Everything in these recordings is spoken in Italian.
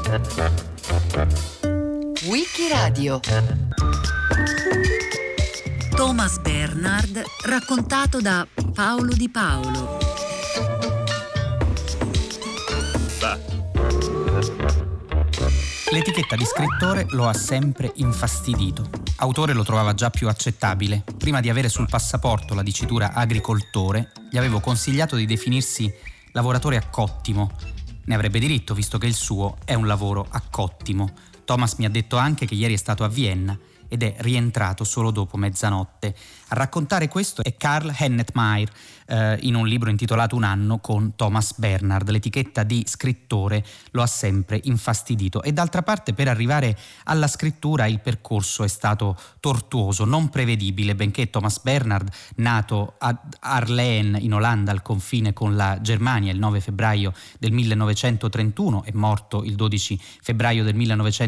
Wikiradio. Thomas Bernhard raccontato da Paolo Di Paolo. L'etichetta di scrittore lo ha sempre infastidito. Autore lo trovava già più accettabile. Prima di avere sul passaporto la dicitura agricoltore, gli avevo consigliato di definirsi lavoratore a cottimo. Ne avrebbe diritto, visto che il suo è un lavoro a cottimo. Thomas mi ha detto anche che ieri è stato a Vienna ed è rientrato solo dopo mezzanotte. A raccontare questo è Karl Hennetmeier, in un libro intitolato Un anno con Thomas Bernhard. L'etichetta di scrittore lo ha sempre infastidito e d'altra parte per arrivare alla scrittura il percorso è stato tortuoso, non prevedibile, benché Thomas Bernhard, nato a Arleen in Olanda al confine con la Germania il 9 febbraio del 1931 e morto il 12 febbraio del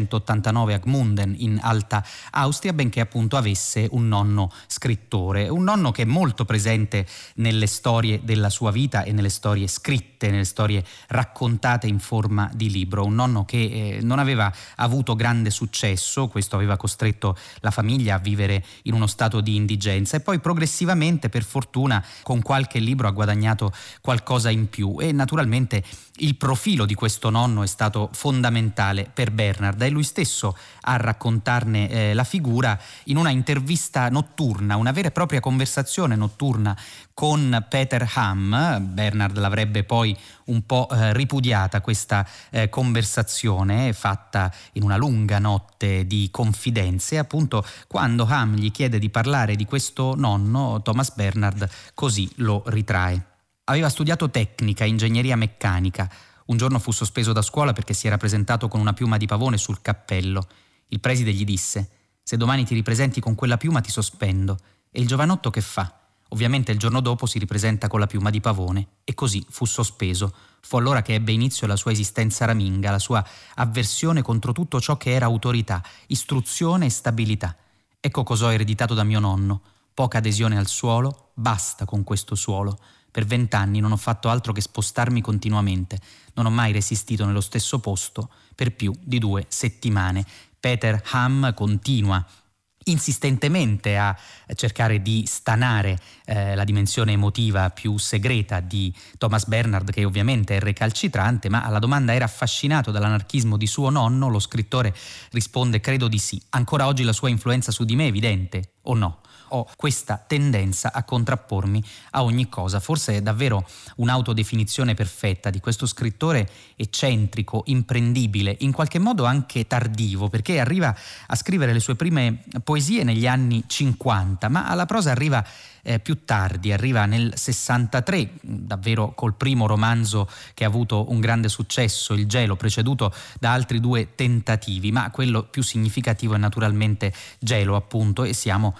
1989 a Gmunden in Alta Austria, benché appunto avesse un nonno scrittore, un nonno che è molto presente nelle storie della sua vita e nelle storie scritte, nelle storie raccontate in forma di libro. Un nonno che non aveva avuto grande successo, questo aveva costretto la famiglia a vivere in uno stato di indigenza e poi progressivamente, per fortuna, con qualche libro ha guadagnato qualcosa in più e naturalmente il profilo di questo nonno è stato fondamentale per Bernhard e lui stesso a raccontarne la figura in una intervista notturna, una vera e propria conversazione notturna con Peter Ham. Bernhard l'avrebbe poi un po' ripudiata questa conversazione fatta in una lunga notte di confidenze. Appunto, quando Ham gli chiede di parlare di questo nonno, Thomas Bernhard così lo ritrae. Aveva studiato tecnica, ingegneria meccanica. Un giorno fu sospeso da scuola perché si era presentato con una piuma di pavone sul cappello. Il preside gli disse: «Se domani ti ripresenti con quella piuma ti sospendo». E il giovanotto che fa? Ovviamente il giorno dopo si ripresenta con la piuma di pavone e così fu sospeso. Fu allora che ebbe inizio la sua esistenza raminga, la sua avversione contro tutto ciò che era autorità, istruzione e stabilità. Ecco cosa ho ereditato da mio nonno. Poca adesione al suolo, basta con questo suolo. Per 20 anni non ho fatto altro che spostarmi continuamente. Non ho mai resistito nello stesso posto per più di 2 settimane. Peter Ham continua insistentemente a cercare di stanare la dimensione emotiva più segreta di Thomas Bernhard, che ovviamente è recalcitrante, ma alla domanda «era affascinato dall'anarchismo di suo nonno?» lo scrittore risponde: «Credo di sì. Ancora oggi la sua influenza su di me è evidente, o no? Ho questa tendenza a contrappormi a ogni cosa». Forse è davvero un'autodefinizione perfetta di questo scrittore eccentrico, imprendibile, in qualche modo anche tardivo, perché arriva a scrivere le sue prime poesie negli anni 50, ma alla prosa arriva più tardi, arriva nel 63, davvero col primo romanzo che ha avuto un grande successo, Il gelo, preceduto da altri 2 tentativi, ma quello più significativo è naturalmente Gelo, appunto, e siamo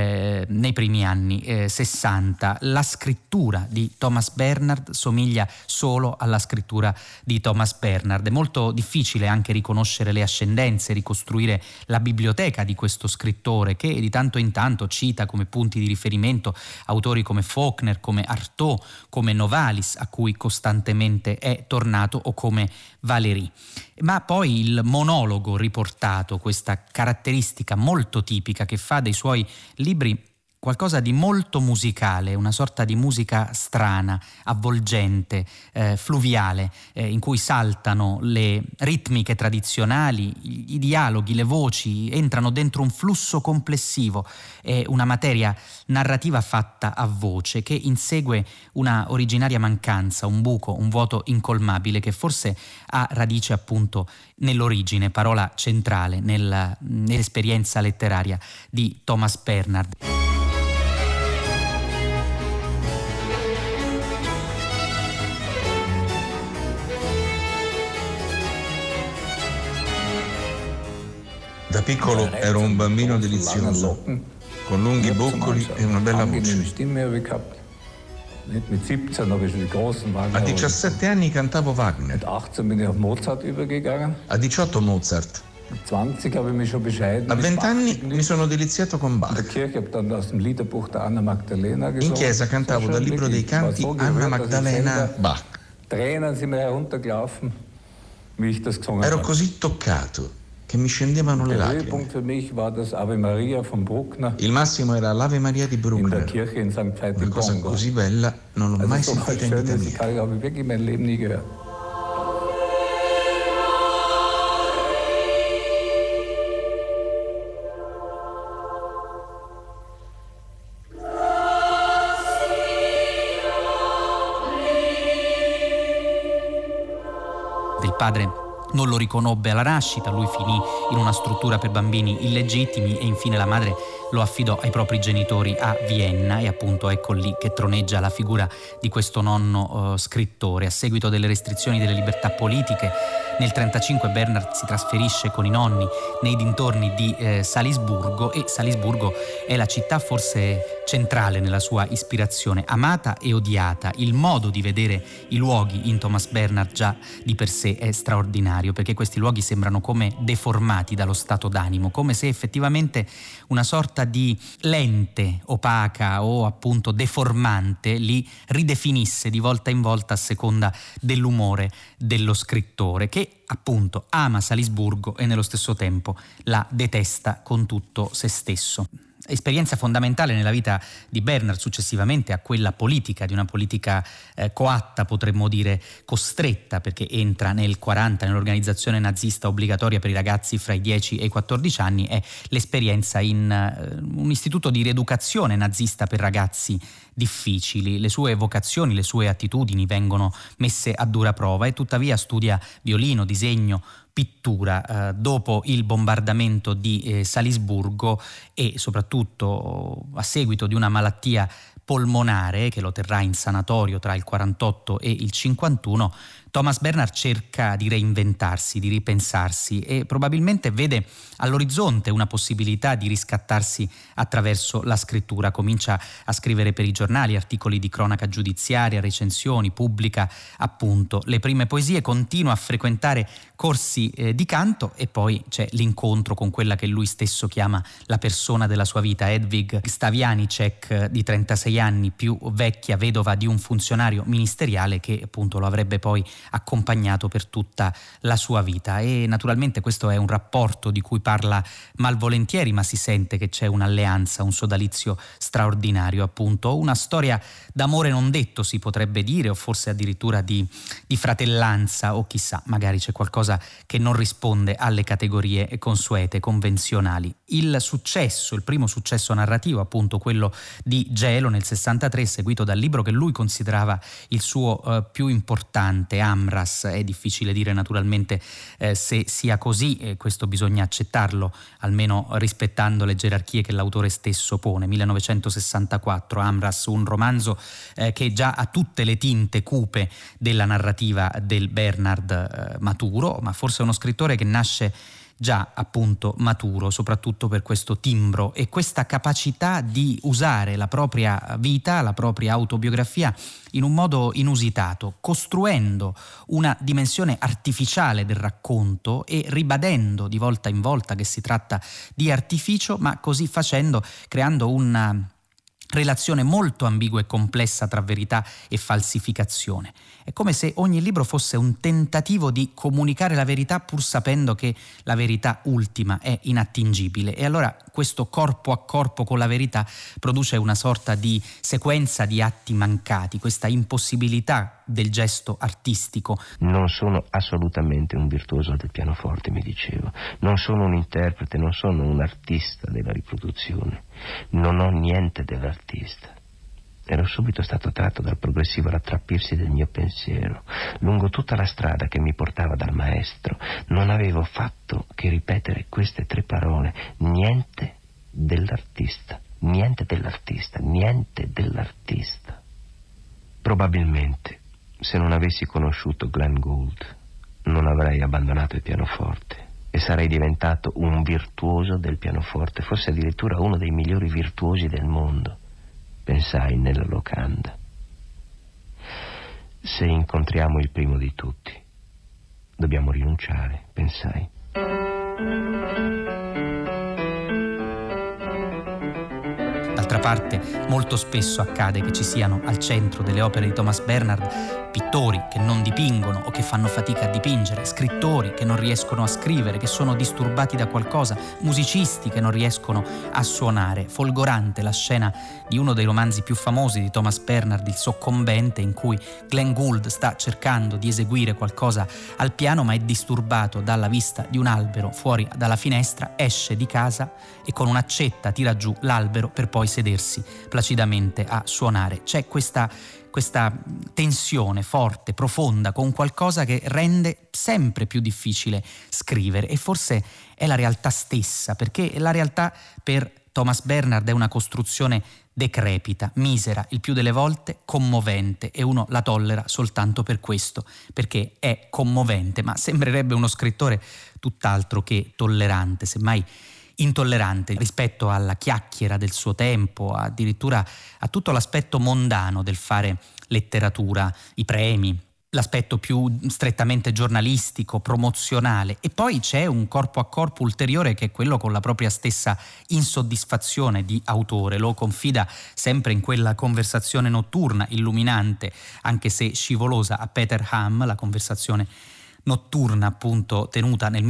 nei primi anni 60. La scrittura di Thomas Bernhard somiglia solo alla scrittura di Thomas Bernhard. È molto difficile anche riconoscere le ascendenze, ricostruire la biblioteca di questo scrittore che di tanto in tanto cita come punti di riferimento autori come Faulkner, come Artaud, come Novalis, a cui costantemente è tornato, o come Valéry. Ma poi il monologo riportato, questa caratteristica molto tipica che fa dei suoi libri qualcosa di molto musicale, una sorta di musica strana, avvolgente, fluviale, in cui saltano le ritmiche tradizionali, i dialoghi, le voci, entrano dentro un flusso complessivo. È una materia narrativa fatta a voce che insegue una originaria mancanza, un buco, un vuoto incolmabile che forse ha radice appunto nell'origine, parola centrale nell'esperienza letteraria di Thomas Bernhard. Da piccolo ero un bambino delizioso, con lunghi boccoli e una bella voce. A 17 anni cantavo Wagner, a 18 Mozart. A 20 anni mi sono deliziato con Bach. In chiesa cantavo dal libro dei canti Anna Magdalena Bach. Ero così toccato che mi scendevano le lacrime. Il massimo era l'Ave Maria di Bruckner. Una cosa così bella non l'ho mai sentita in vita mia. Il padre non lo riconobbe alla nascita, lui finì in una struttura per bambini illegittimi e infine la madre lo affidò ai propri genitori a Vienna e appunto ecco lì che troneggia la figura di questo nonno scrittore. A seguito delle restrizioni delle libertà politiche nel 1935 Bernhard si trasferisce con i nonni nei dintorni di Salisburgo, e Salisburgo è la città forse centrale nella sua ispirazione, amata e odiata. Il modo di vedere i luoghi in Thomas Bernhard già di per sé è straordinario, perché questi luoghi sembrano come deformati dallo stato d'animo, come se effettivamente una sorta di lente opaca o appunto deformante li ridefinisse di volta in volta a seconda dell'umore dello scrittore, che appunto ama Salisburgo e nello stesso tempo la detesta con tutto se stesso. Esperienza fondamentale nella vita di Bernhard successivamente a quella politica, di una politica coatta, potremmo dire costretta, perché entra nel 1940 nell'organizzazione nazista obbligatoria per i ragazzi fra i 10 e i 14 anni, è l'esperienza in un istituto di rieducazione nazista per ragazzi difficili. Le sue vocazioni, le sue attitudini vengono messe a dura prova e tuttavia studia violino, disegno, pittura. Dopo il bombardamento di Salisburgo e soprattutto a seguito di una malattia polmonare che lo terrà in sanatorio tra il 48 e il 51, Thomas Bernhard cerca di reinventarsi, di ripensarsi e probabilmente vede all'orizzonte una possibilità di riscattarsi attraverso la scrittura. Comincia a scrivere per i giornali, articoli di cronaca giudiziaria, recensioni, pubblica appunto le prime poesie, continua a frequentare corsi di canto e poi c'è l'incontro con quella che lui stesso chiama la persona della sua vita, Hedwig Stavianicek, di 36 anni, più vecchia, vedova di un funzionario ministeriale che appunto lo avrebbe poi accompagnato per tutta la sua vita. E naturalmente questo è un rapporto di cui parla malvolentieri, ma si sente che c'è un'alleanza, un sodalizio straordinario, appunto una storia d'amore non detto, si potrebbe dire, o forse addirittura di fratellanza, o chissà, magari c'è qualcosa che non risponde alle categorie consuete, convenzionali. Il successo, il primo successo narrativo, appunto quello di Gelo nel 63, seguito dal libro che lui considerava il suo più importante, Amras. È difficile dire naturalmente se sia così, questo bisogna accettarlo, almeno rispettando le gerarchie che l'autore stesso pone. 1964, Amras, un romanzo che già ha tutte le tinte cupe della narrativa del Bernhard maturo, ma forse è uno scrittore che nasce già appunto maturo, soprattutto per questo timbro e questa capacità di usare la propria vita, la propria autobiografia in un modo inusitato, costruendo una dimensione artificiale del racconto e ribadendo di volta in volta che si tratta di artificio, ma così facendo creando una relazione molto ambigua e complessa tra verità e falsificazione. È come se ogni libro fosse un tentativo di comunicare la verità pur sapendo che la verità ultima è inattingibile, e allora questo corpo a corpo con la verità produce una sorta di sequenza di atti mancati, questa impossibilità del gesto artistico. Non sono assolutamente un virtuoso del pianoforte, mi dicevo, non sono un interprete, non sono un artista della riproduzione, non ho niente dell'artista. Ero subito stato tratto dal progressivo rattrappirsi del mio pensiero. Lungo tutta la strada che mi portava dal maestro non avevo fatto che ripetere queste tre parole: niente dell'artista, niente dell'artista, niente dell'artista. Probabilmente, se non avessi conosciuto Glenn Gould, non avrei abbandonato il pianoforte e sarei diventato un virtuoso del pianoforte, forse addirittura uno dei migliori virtuosi del mondo, pensai nella locanda. Se incontriamo il primo di tutti, dobbiamo rinunciare, pensai. D'altra parte molto spesso accade che ci siano al centro delle opere di Thomas Bernhard pittori che non dipingono o che fanno fatica a dipingere, scrittori che non riescono a scrivere, che sono disturbati da qualcosa, musicisti che non riescono a suonare. Folgorante la scena di uno dei romanzi più famosi di Thomas Bernhard, Il soccombente, in cui Glenn Gould sta cercando di eseguire qualcosa al piano ma è disturbato dalla vista di un albero fuori dalla finestra, esce di casa e con un'accetta tira giù l'albero per poi sedersi placidamente a suonare. C'è questa tensione forte, profonda, con qualcosa che rende sempre più difficile scrivere, e forse è la realtà stessa, perché la realtà per Thomas Bernhard è una costruzione decrepita, misera, il più delle volte commovente, e uno la tollera soltanto per questo, perché è commovente, ma sembrerebbe uno scrittore tutt'altro che tollerante, semmai intollerante rispetto alla chiacchiera del suo tempo, addirittura a tutto l'aspetto mondano del fare letteratura, i premi, l'aspetto più strettamente giornalistico, promozionale. E poi c'è un corpo a corpo ulteriore che è quello con la propria stessa insoddisfazione di autore. Lo confida sempre in quella conversazione notturna, illuminante, anche se scivolosa, a Peter Ham, la conversazione notturna appunto tenuta nel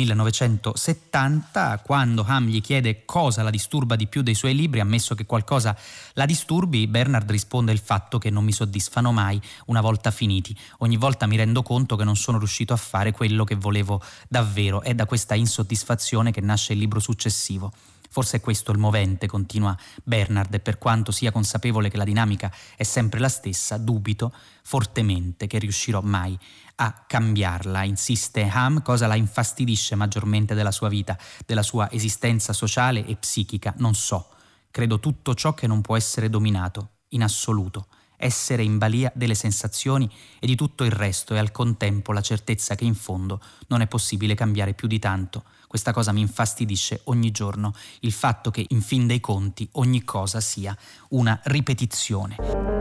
1970, quando Ham gli chiede cosa la disturba di più dei suoi libri. Ammesso che qualcosa la disturbi, Bernhard risponde: il fatto che non mi soddisfano mai una volta finiti. Ogni volta mi rendo conto che non sono riuscito a fare quello che volevo davvero. È da questa insoddisfazione che nasce il libro successivo. Forse è questo il movente, continua Bernhard, e per quanto sia consapevole che la dinamica è sempre la stessa, dubito fortemente che riuscirò mai a cambiarla. Insiste Ham: cosa la infastidisce maggiormente della sua vita, della sua esistenza sociale e psichica? Non so. Credo tutto ciò che non può essere dominato, in assoluto. Essere in balia delle sensazioni e di tutto il resto, e al contempo la certezza che in fondo non è possibile cambiare più di tanto. Questa cosa mi infastidisce ogni giorno, il fatto che in fin dei conti ogni cosa sia una ripetizione.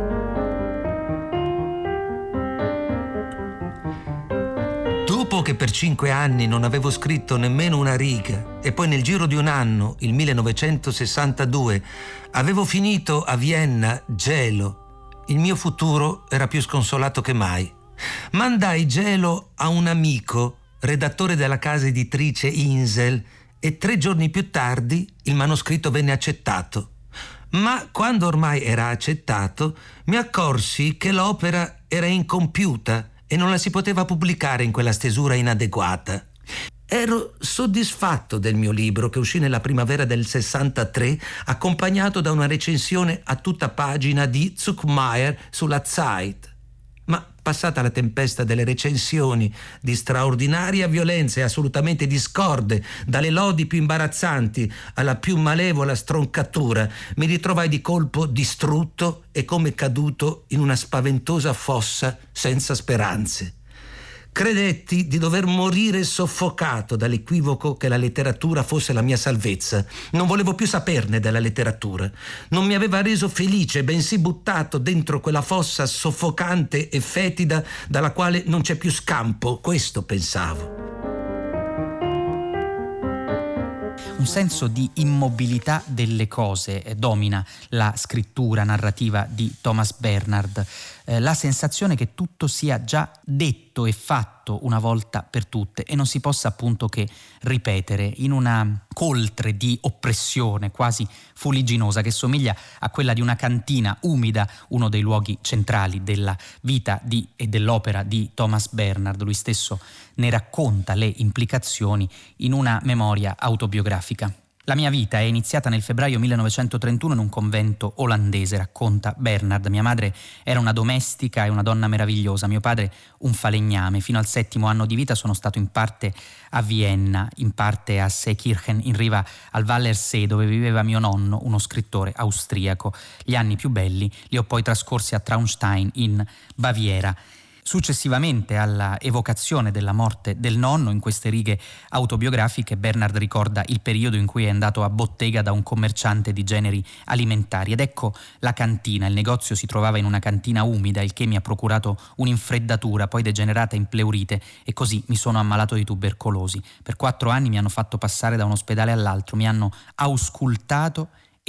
Dopo che per 5 anni non avevo scritto nemmeno una riga, e poi nel giro di un anno, il 1962, avevo finito a Vienna Gelo, il mio futuro era più sconsolato che mai. Mandai Gelo a un amico, redattore della casa editrice Insel, e 3 giorni più tardi il manoscritto venne accettato. Ma quando ormai era accettato, mi accorsi che l'opera era incompiuta e non la si poteva pubblicare in quella stesura inadeguata. Ero soddisfatto del mio libro, che uscì nella primavera del 63, accompagnato da una recensione a tutta pagina di Zuckmayer sulla Zeit. Ma passata la tempesta delle recensioni, di straordinaria violenza e assolutamente discorde, dalle lodi più imbarazzanti alla più malevola stroncatura, mi ritrovai di colpo distrutto e come caduto in una spaventosa fossa senza speranze. Credetti di dover morire soffocato dall'equivoco che la letteratura fosse la mia salvezza. Non volevo più saperne della letteratura. Non mi aveva reso felice, bensì buttato dentro quella fossa soffocante e fetida dalla quale non c'è più scampo. Questo pensavo. Un senso di immobilità delle cose domina la scrittura narrativa di Thomas Bernhard. La sensazione che tutto sia già detto e fatto una volta per tutte e non si possa appunto che ripetere, in una coltre di oppressione quasi fuligginosa che somiglia a quella di una cantina umida, uno dei luoghi centrali della vita e dell'opera di Thomas Bernhard. Lui stesso ne racconta le implicazioni in una memoria autobiografica. La mia vita è iniziata nel febbraio 1931 in un convento olandese, racconta Bernhard. Mia madre era una domestica e una donna meravigliosa, mio padre un falegname. Fino al 7° anno di vita sono stato in parte a Vienna, in parte a Seekirchen, in riva al Wallersee, dove viveva mio nonno, uno scrittore austriaco. Gli anni più belli li ho poi trascorsi a Traunstein, in Baviera. Successivamente alla evocazione della morte del nonno, in queste righe autobiografiche Bernhard ricorda il periodo in cui è andato a bottega da un commerciante di generi alimentari, ed ecco la cantina. Il negozio si trovava in una cantina umida, il che mi ha procurato un'infreddatura poi degenerata in pleurite, e così mi sono ammalato di tubercolosi. Per 4 anni mi hanno fatto passare da un ospedale all'altro, mi hanno auscultato e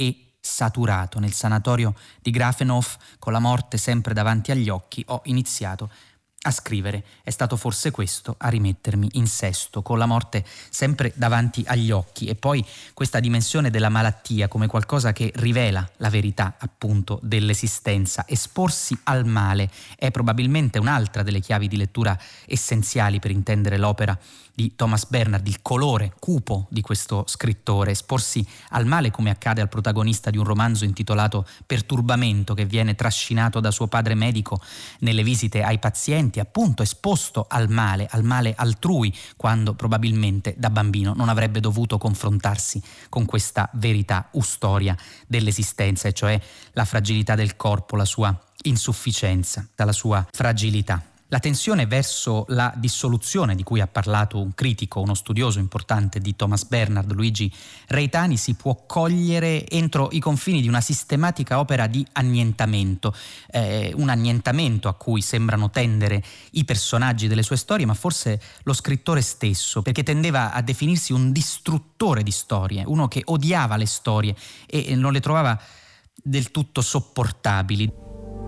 saturato nel sanatorio di Grafenhof, con la morte sempre davanti agli occhi, ho iniziato a scrivere. È stato forse questo a rimettermi in sesto, con la morte sempre davanti agli occhi, e poi questa dimensione della malattia come qualcosa che rivela la verità appunto dell'esistenza. Esporsi al male è probabilmente un'altra delle chiavi di lettura essenziali per intendere l'opera di Thomas Bernhard, il colore cupo di questo scrittore. Esporsi al male, come accade al protagonista di un romanzo intitolato Perturbamento, che viene trascinato da suo padre medico nelle visite ai pazienti, appunto esposto al male altrui, quando probabilmente da bambino non avrebbe dovuto confrontarsi con questa verità ustoria dell'esistenza, e cioè la fragilità del corpo, la sua insufficienza, dalla sua fragilità. La tensione verso la dissoluzione di cui ha parlato un critico, uno studioso importante di Thomas Bernhard, Luigi Reitani, si può cogliere entro i confini di una sistematica opera di annientamento, un annientamento a cui sembrano tendere i personaggi delle sue storie, ma forse lo scrittore stesso, perché tendeva a definirsi un distruttore di storie, uno che odiava le storie e non le trovava del tutto sopportabili.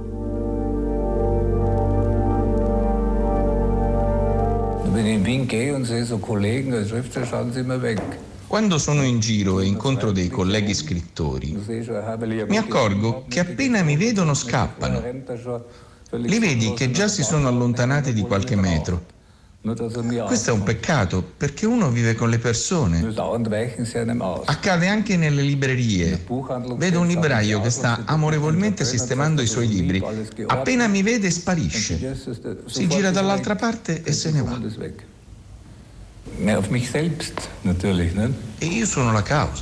Quando sono in giro e incontro dei colleghi scrittori, mi accorgo che appena mi vedono scappano. Li vedi che già si sono allontanati di qualche metro. Questo è un peccato, perché uno vive con le persone. Accade anche nelle librerie. Vedo un libraio che sta amorevolmente sistemando i suoi libri. Appena mi vede sparisce. Si gira dall'altra parte e se ne va. E io sono la causa.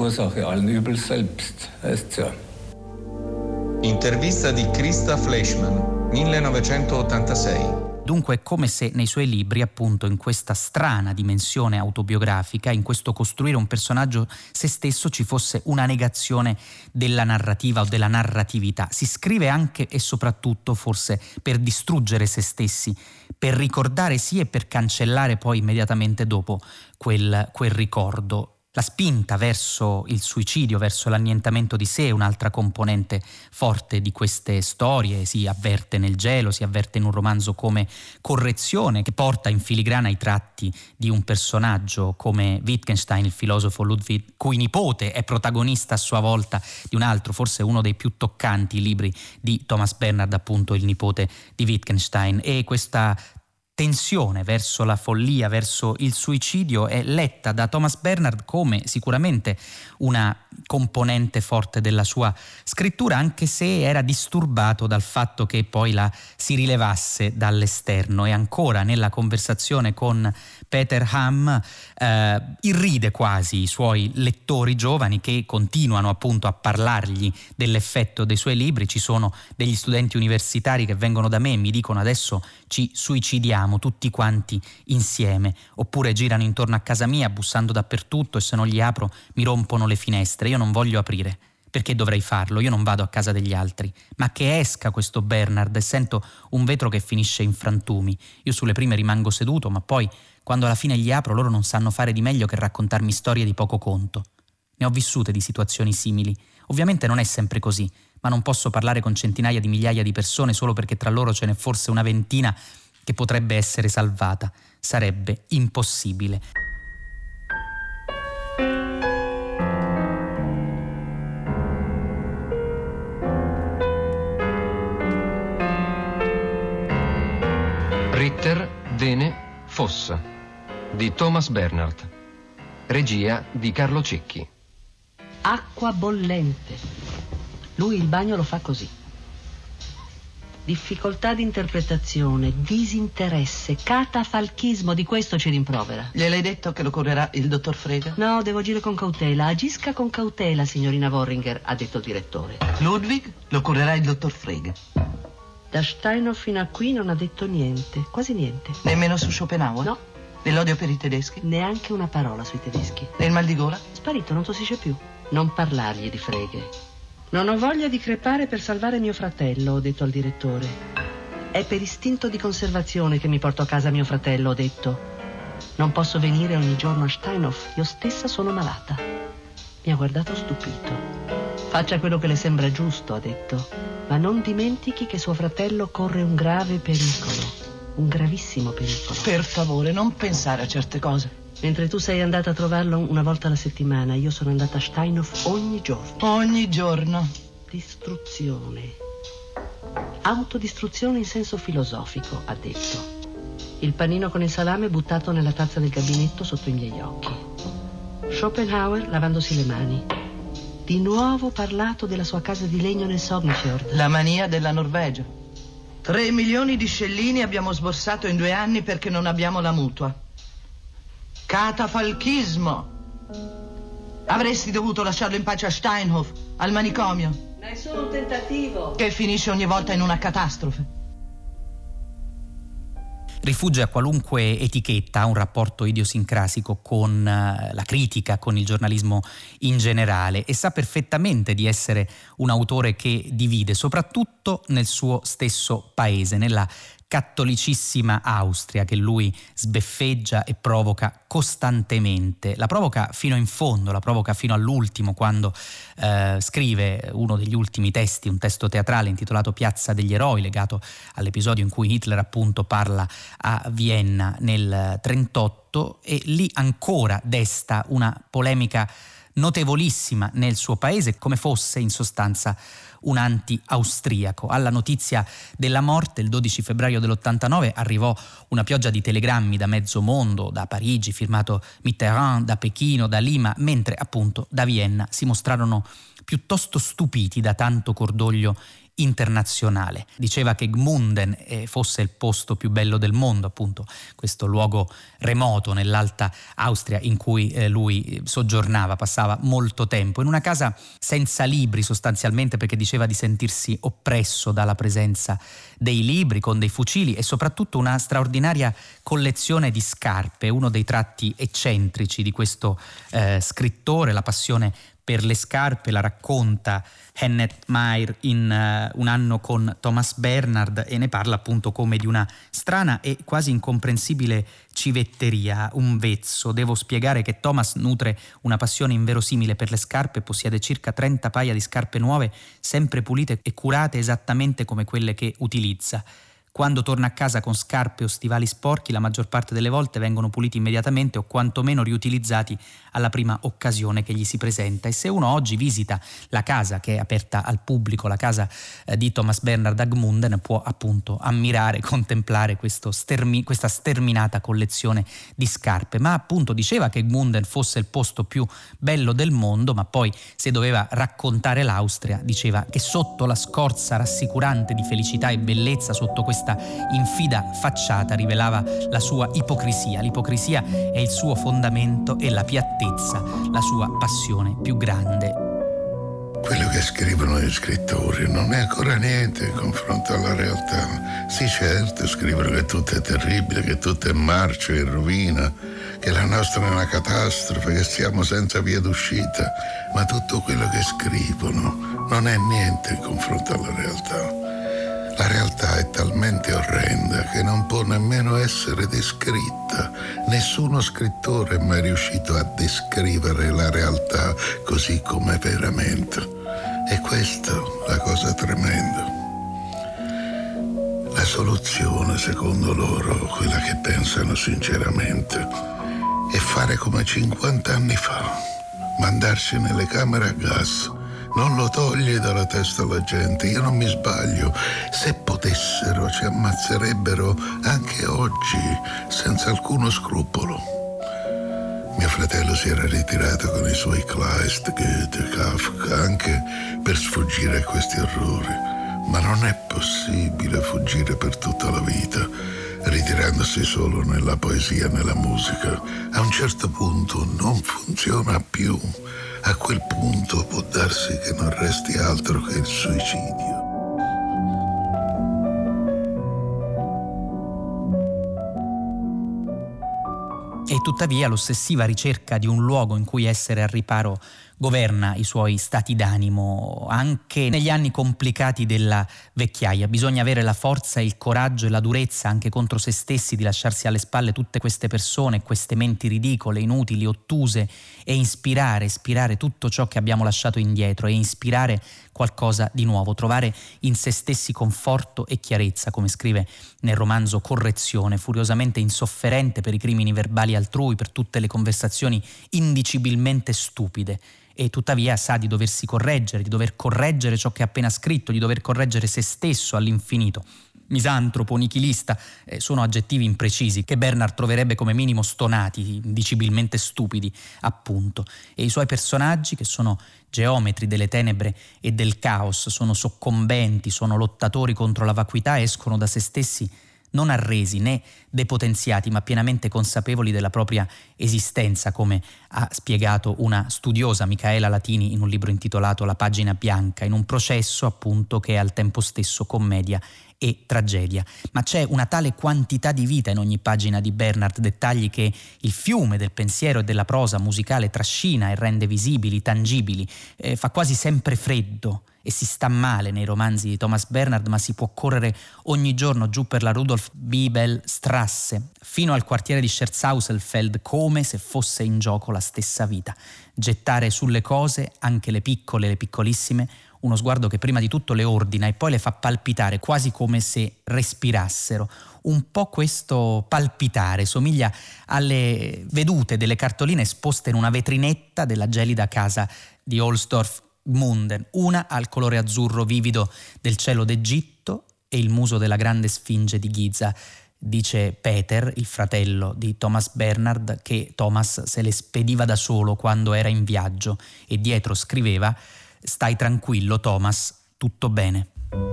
Intervista di Christa Fleischmann, 1986. Dunque è come se nei suoi libri, appunto, in questa strana dimensione autobiografica, in questo costruire un personaggio se stesso, ci fosse una negazione della narrativa o della narratività. Si scrive anche e soprattutto forse per distruggere se stessi, per ricordare sì e per cancellare poi immediatamente dopo quel ricordo. La spinta verso il suicidio, verso l'annientamento di sé è un'altra componente forte di queste storie. Si avverte nel Gelo, si avverte in un romanzo come Correzione, che porta in filigrana i tratti di un personaggio come Wittgenstein, il filosofo Ludwig, cui nipote è protagonista a sua volta di un altro, forse uno dei più toccanti libri di Thomas Bernhard, appunto il nipote di Wittgenstein. E questa tensione verso la follia, verso il suicidio è letta da Thomas Bernhard come sicuramente una componente forte della sua scrittura, anche se era disturbato dal fatto che poi la si rilevasse dall'esterno. E ancora nella conversazione con Peter Ham irride quasi i suoi lettori giovani, che continuano appunto a parlargli dell'effetto dei suoi libri. Ci sono degli studenti universitari che vengono da me e mi dicono: adesso ci suicidiamo tutti quanti insieme, oppure girano intorno a casa mia bussando dappertutto e se non gli apro mi rompono le finestre. Io non voglio aprire. Perché dovrei farlo? Io non vado a casa degli altri. Ma che esca questo Bernhard, e sento un vetro che finisce in frantumi. Io sulle prime rimango seduto, ma poi quando alla fine gli apro loro non sanno fare di meglio che raccontarmi storie di poco conto. Ne ho vissute di situazioni simili. Ovviamente non è sempre così, ma non posso parlare con centinaia di migliaia di persone solo perché tra loro ce n'è forse una ventina che potrebbe essere salvata. Sarebbe impossibile. Ritter, Vene, Fossa di Thomas Bernhard. Regia di Carlo Cecchi. Acqua bollente. Lui il bagno lo fa così. Difficoltà di interpretazione, disinteresse, catafalchismo, di questo ci rimprovera. Gliel'hai detto che lo curerà il dottor Frege? No, devo agire con cautela. Agisca con cautela, signorina Worringer, ha detto il direttore. Ludwig lo curerà il dottor Frege. Da Steinhoff fino a qui non ha detto niente, quasi niente. Nemmeno su Schopenhauer? No. Dell'odio per i tedeschi? Neanche una parola sui tedeschi. E il mal di gola? Sparito, non tossisce più. Non parlargli di Frege. Non ho voglia di crepare per salvare mio fratello, ho detto al direttore. È per istinto di conservazione che mi porto a casa mio fratello, ho detto. Non posso venire ogni giorno a Steinhoff, io stessa sono malata. Mi ha guardato stupito. Faccia quello che le sembra giusto, ha detto, ma non dimentichi che suo fratello corre un grave pericolo, un gravissimo pericolo. Per favore, non pensare a certe cose. Mentre tu sei andata a trovarlo una volta alla settimana, io sono andata a Steinhof ogni giorno. Ogni giorno. Distruzione. Autodistruzione in senso filosofico, ha detto. Il panino con il salame buttato nella tazza del gabinetto sotto i miei occhi. Schopenhauer lavandosi le mani. Di nuovo parlato della sua casa di legno nel Sognefjord. La mania della Norvegia. 3 milioni di scellini abbiamo sborsato in 2 anni perché non abbiamo la mutua. Catafalchismo. Avresti dovuto lasciarlo in pace a Steinhof, al manicomio. Ma è solo un tentativo. Che finisce ogni volta in una catastrofe. Rifugge a qualunque etichetta, ha un rapporto idiosincrasico con la critica, con il giornalismo in generale, e sa perfettamente di essere un autore che divide, soprattutto nel suo stesso paese, nella cattolicissima Austria, che lui sbeffeggia e provoca costantemente. La provoca fino in fondo, la provoca fino all'ultimo, quando scrive uno degli ultimi testi, un testo teatrale intitolato Piazza degli Eroi, legato all'episodio in cui Hitler appunto parla a Vienna nel 1938, e lì ancora desta una polemica notevolissima nel suo paese, come fosse in sostanza un anti-austriaco. Alla notizia della morte, il 12 febbraio dell'89, arrivò una pioggia di telegrammi da mezzo mondo, da Parigi, firmato Mitterrand, da Pechino, da Lima, mentre appunto da Vienna si mostrarono piuttosto stupiti da tanto cordoglio internazionale. Diceva che Gmunden fosse il posto più bello del mondo, appunto questo luogo remoto nell'Alta Austria in cui lui soggiornava, passava molto tempo, in una casa senza libri sostanzialmente, perché diceva di sentirsi oppresso dalla presenza dei libri, con dei fucili e soprattutto una straordinaria collezione di scarpe. Uno dei tratti eccentrici di questo scrittore, la passione per le scarpe, la racconta Hennet Meyer in Un anno con Thomas Bernhard, e ne parla appunto come di una strana e quasi incomprensibile civetteria, un vezzo. Devo spiegare che Thomas nutre una passione inverosimile per le scarpe, possiede circa 30 paia di scarpe nuove, sempre pulite e curate esattamente come quelle che utilizza. Quando torna a casa con scarpe o stivali sporchi, la maggior parte delle volte vengono puliti immediatamente o quantomeno riutilizzati alla prima occasione che gli si presenta. E se uno oggi visita la casa, che è aperta al pubblico, la casa di Thomas Bernhard a Gmunden, può appunto ammirare, contemplare questa sterminata collezione di scarpe. Ma appunto diceva che Gmunden fosse il posto più bello del mondo, ma poi, se doveva raccontare l'Austria, diceva che sotto la scorza rassicurante di felicità e bellezza, sotto questa infida facciata, rivelava la sua ipocrisia. L'ipocrisia è il suo fondamento e la piattezza la sua passione più grande. Quello che scrivono gli scrittori non è ancora niente in confronto alla realtà. Sì, certo, scrivono che tutto è terribile, che tutto è marcio e rovina, che la nostra è una catastrofe, che siamo senza via d'uscita, ma tutto quello che scrivono non è niente in confronto alla realtà. La realtà è talmente orrenda che non può nemmeno essere descritta. Nessuno scrittore è mai riuscito a descrivere la realtà così com'è veramente. E questa è la cosa tremenda. La soluzione, secondo loro, quella che pensano sinceramente, è fare come 50 anni fa, mandarsi nelle camere a gas. Non lo togli dalla testa alla gente, io non mi sbaglio. Se potessero ci ammazzerebbero anche oggi, senza alcuno scrupolo. Mio fratello si era ritirato con i suoi Kleist, Goethe, Kafka, anche per sfuggire a questi orrori. Ma non è possibile fuggire per tutta la vita, ritirandosi solo nella poesia, nella musica. A un certo punto non funziona più. A quel punto può darsi che non resti altro che il suicidio. E tuttavia l'ossessiva ricerca di un luogo in cui essere al riparo governa i suoi stati d'animo anche negli anni complicati della vecchiaia. Bisogna avere la forza, il coraggio e la durezza anche contro se stessi di lasciarsi alle spalle tutte queste persone, queste menti ridicole, inutili, ottuse, e ispirare tutto ciò che abbiamo lasciato indietro e ispirare qualcosa di nuovo, trovare in se stessi conforto e chiarezza, come scrive nel romanzo Correzione, furiosamente insofferente per i crimini verbali altrui, per tutte le conversazioni indicibilmente stupide, e tuttavia sa di doversi correggere, di dover correggere ciò che ha appena scritto, di dover correggere se stesso all'infinito. Misantropo, nichilista, sono aggettivi imprecisi che Bernard troverebbe come minimo stonati, indicibilmente stupidi, appunto. E i suoi personaggi, che sono geometri delle tenebre e del caos, sono soccombenti, sono lottatori contro la vacuità, escono da se stessi non arresi né depotenziati, ma pienamente consapevoli della propria esistenza, come ha spiegato una studiosa, Micaela Latini, in un libro intitolato La pagina bianca, in un processo appunto che è al tempo stesso commedia e tragedia. Ma c'è una tale quantità di vita in ogni pagina di Bernard, dettagli che il fiume del pensiero e della prosa musicale trascina e rende visibili, tangibili, fa quasi sempre freddo. E si sta male nei romanzi di Thomas Bernhard, ma si può correre ogni giorno giù per la Rudolf Bibel Strasse fino al quartiere di Scherzhauselfeld, come se fosse in gioco la stessa vita. Gettare sulle cose, anche le piccole, le piccolissime, uno sguardo che prima di tutto le ordina e poi le fa palpitare, quasi come se respirassero. Un po' questo palpitare somiglia alle vedute delle cartoline esposte in una vetrinetta della gelida casa di Ohlsdorf Munden, una al colore azzurro vivido del cielo d'Egitto e il muso della grande sfinge di Giza. Dice Peter, il fratello di Thomas Bernhard, che Thomas se le spediva da solo quando era in viaggio e dietro scriveva: «Stai tranquillo, Thomas, tutto bene».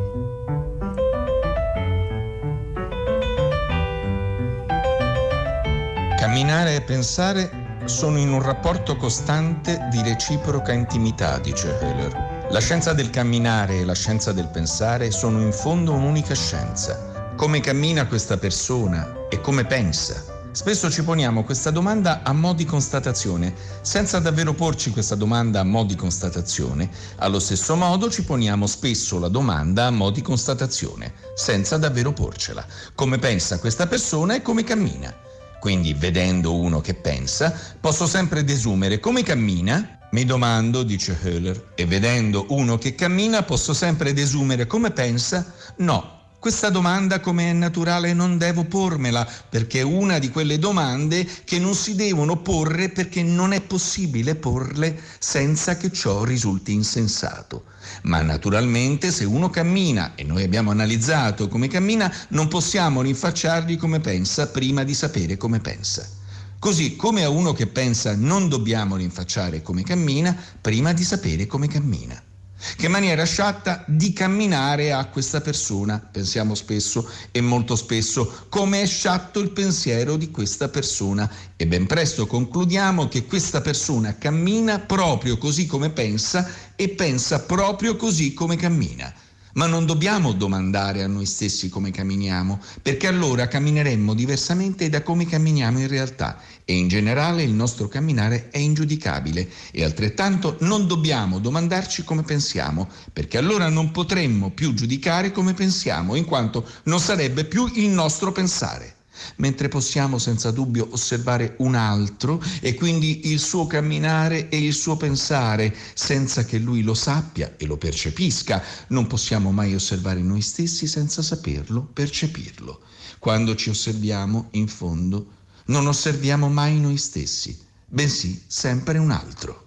Camminare e pensare sono in un rapporto costante di reciproca intimità, dice Höhler. La scienza del camminare e la scienza del pensare sono in fondo un'unica scienza. Come cammina questa persona e come pensa? Spesso ci poniamo questa domanda a mo' di constatazione, senza davvero porci questa domanda a mo' di constatazione. Allo stesso modo ci poniamo spesso la domanda a mo' di constatazione, senza davvero porcela. Come pensa questa persona e come cammina? Quindi, vedendo uno che pensa, posso sempre desumere come cammina? Mi domando, dice Höhler, e vedendo uno che cammina posso sempre desumere come pensa? No. Questa domanda, come è naturale, non devo pormela, perché è una di quelle domande che non si devono porre perché non è possibile porle senza che ciò risulti insensato. Ma naturalmente se uno cammina, e noi abbiamo analizzato come cammina, non possiamo rinfacciargli come pensa prima di sapere come pensa. Così come a uno che pensa non dobbiamo rinfacciare come cammina prima di sapere come cammina. Che maniera sciatta di camminare ha questa persona, pensiamo spesso e molto spesso, come è sciatto il pensiero di questa persona, e ben presto concludiamo che questa persona cammina proprio così come pensa e pensa proprio così come cammina. Ma non dobbiamo domandare a noi stessi come camminiamo, perché allora cammineremmo diversamente da come camminiamo in realtà, e in generale il nostro camminare è ingiudicabile, e altrettanto non dobbiamo domandarci come pensiamo, perché allora non potremmo più giudicare come pensiamo, in quanto non sarebbe più il nostro pensare. Mentre possiamo senza dubbio osservare un altro e quindi il suo camminare e il suo pensare senza che lui lo sappia e lo percepisca, non possiamo mai osservare noi stessi senza saperlo, percepirlo. Quando ci osserviamo, in fondo, non osserviamo mai noi stessi, bensì sempre un altro.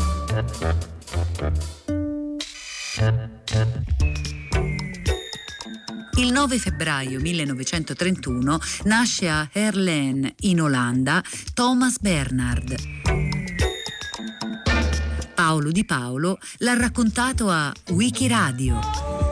Il 9 febbraio 1931 nasce a Heerlen, in Olanda, Thomas Bernhard. Paolo Di Paolo l'ha raccontato a Wikiradio.